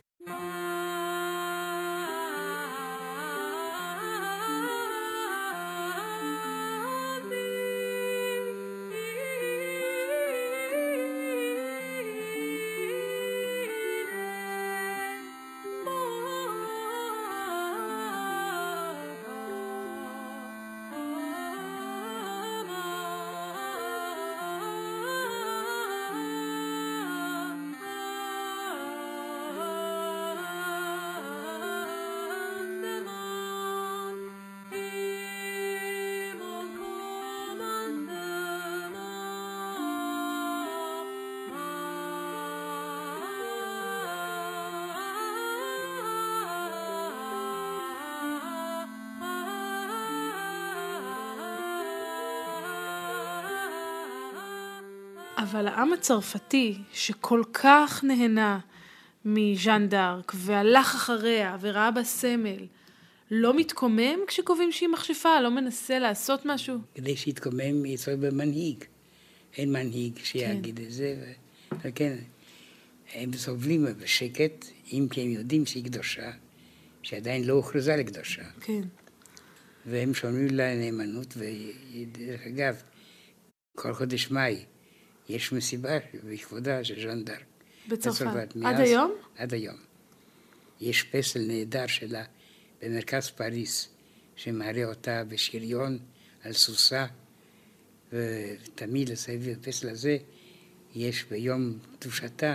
אבל העם הצרפתי שכל כך נהנה מז'אן דארק והלך אחריה וראה בה סמל, לא מתקומם כשקובעים שהיא מכשפה, לא מנסה לעשות משהו? כדי שיתקומם יצטרך במנהיג. אין מנהיג שיגיד את זה, וכן, הם סובלים בשקט, אם כי הם יודעים שהיא קדושה, שעדיין לא הוכרזה לקדושה. כן. והם שומרים לה נאמנות, ודרך אגב, כל חודש מאי, יש מסיבה בכבודה של ז'אן דארק. בצרפת. עד היום? עד היום. יש פסל נהדר שלה במרכז פריס, שמראה אותה בשריון על סוסה, ותמיד לסביב הפסל הזה יש ביום קדושתה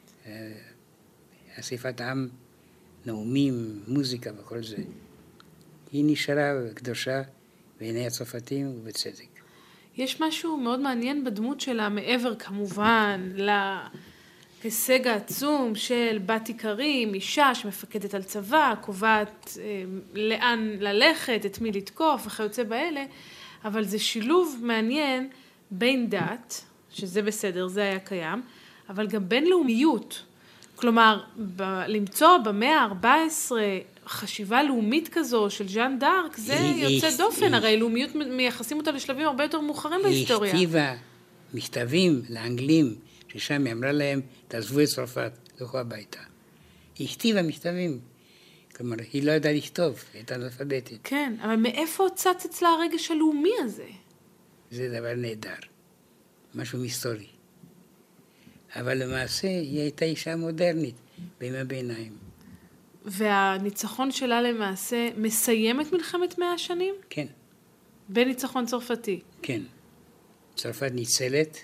אספת עם, נאומים, מוזיקה וכל זה. היא נשארה קדושה בעיני הצרפתים ובצדק. יש משהו מאוד מעניין בדמות שלה, מעבר כמובן להישג העצום של בת עיקרים, אישה שמפקדת על צבא, קובעת לאן ללכת, את מי לתקוף וכיוצא באלה, אבל זה שילוב מעניין בין דת, שזה בסדר, זה היה קיים, אבל גם בין לאומיות. כלומר, למצוא במאה ה-14 חשיבה לאומית כזו של ז'אן דארק, זה יוצא דופן, הרי לאומיות מייחסים אותה לשלבים הרבה יותר מאוחרים בהיסטוריה. היא הכתיבה מכתבים לאנגלים, ששם היא אמרה להם, תעזבו את צרפת, תלכו הביתה. היא הכתיבה מכתבים, כלומר, היא לא ידעה לכתוב, היא הייתה אנאלפביתית. כן, אבל מאיפה צץ אצלה הרגש הלאומי הזה? זה דבר נהדר, משהו היסטורי. אבל למעשה היא הייתה אישה מודרנית, בימי הביניים. והניצחון שלה למעשה מסיים את מלחמת 100 השנים? כן. בניצחון צרפתי. כן. צרפת ניצלת,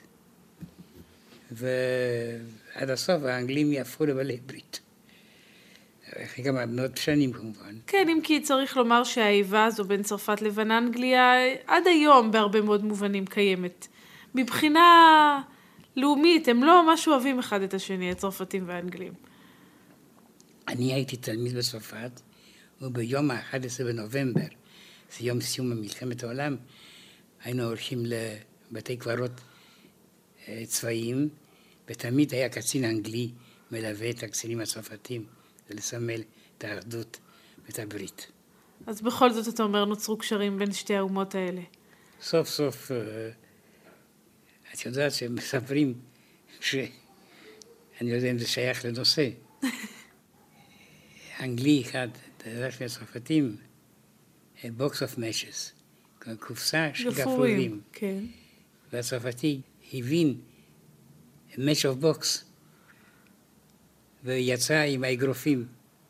ועד הסוף האנגלים יהפכו לבעלי ברית. אחרי כמה מאות שנים כמובן. כן, אם כי צריך לומר שהאיבה הזו בין צרפת לבין אנגליה עד היום בהרבה מאוד מובנים קיימת. מבחינה לאומית, הם לא ממש אוהבים אחד את השני, הצרפתים והאנגלים. אני הייתי תלמיד בצרפת, וביום ה-11 בנובמבר, זה יום סיום מלחמת העולם, היינו הולכים לבתי קברות צבאיים, ותמיד היה קצין אנגלי מלווה את הקצינים הצרפתים, לסמל את האחדות ואת הברית. אז בכל זאת אתה אומר נוצרו קשרים בין שתי האומות האלה. סוף סוף, את יודעת שמספרים אני לא יודע אם זה שייך לנושא. אנגלי אחד, דרך הצרפתים, בוקס אוף משס, קופסה של גפרורים. כן. והצרפתי הבין מש אוף בוקס, ויצא עם האגרופים.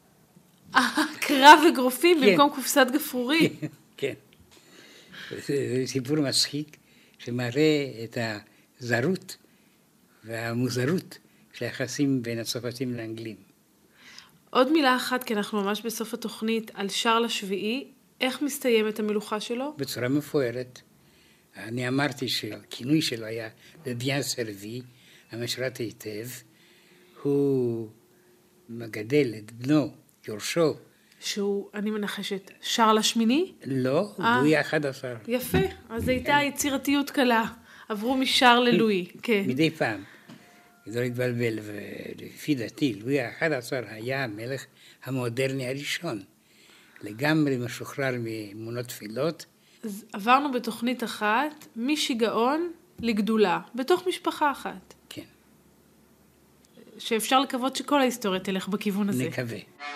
קרב אגרופים כן. במקום קופסת גפרורים. כן. זה סיפור מצחיק שמראה את הזרות והמוזרות של היחסים בין הצרפתים לאנגלים. עוד מילה אחת, כי אנחנו ממש בסוף התוכנית, על שרל השביעי, איך מסתיימת המלוכה שלו? בצורה מפוארת. אני אמרתי שהכינוי שלו היה לביאן סרבי, המשרת היטב. הוא מגדל את בנו, יורשו. שהוא, אני מנחשת, שרל השמיני? לא, לואי ה-11. יפה, אז הייתה יצירתיות קלה. עברו משרל ללואי, כן. מדי פעם. כדי לא להתבלבל, ולפי דעתי, לואי ה-11 היה המלך המודרני הראשון. לגמרי משוחרר מאמונות תפילות. אז עברנו בתוכנית אחת, משיגעון לגדולה, בתוך משפחה אחת. כן. שאפשר לקוות שכל ההיסטוריה תלך בכיוון הזה. נקווה.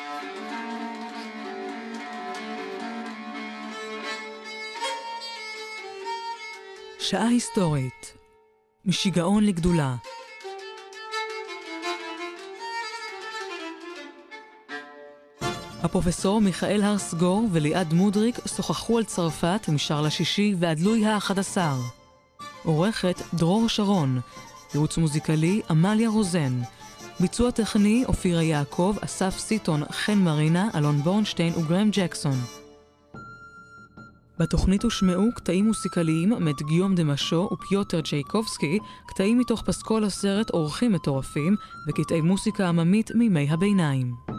שעה היסטורית. משיגעון לגדולה. הפרופסור מיכאל הרסגור וליעד מודריק שוחחו על צרפת משרל השישי ועד לואי ה-11. עורכת דרור שרון, ייעוץ מוזיקלי אמליה רוזן, ביצוע טכני אופירה יעקב, אסף סיטון, חן מרינה, אלון בורנשטיין וגרם ג'קסון. בתוכנית הושמעו קטעים מוסיקליים מאת גיום דמשו ופיוטר צ'ייקובסקי, קטעים מתוך פסקול הסרט אורחים מטורפים וקטעי מוסיקה עממית מימי הביניים.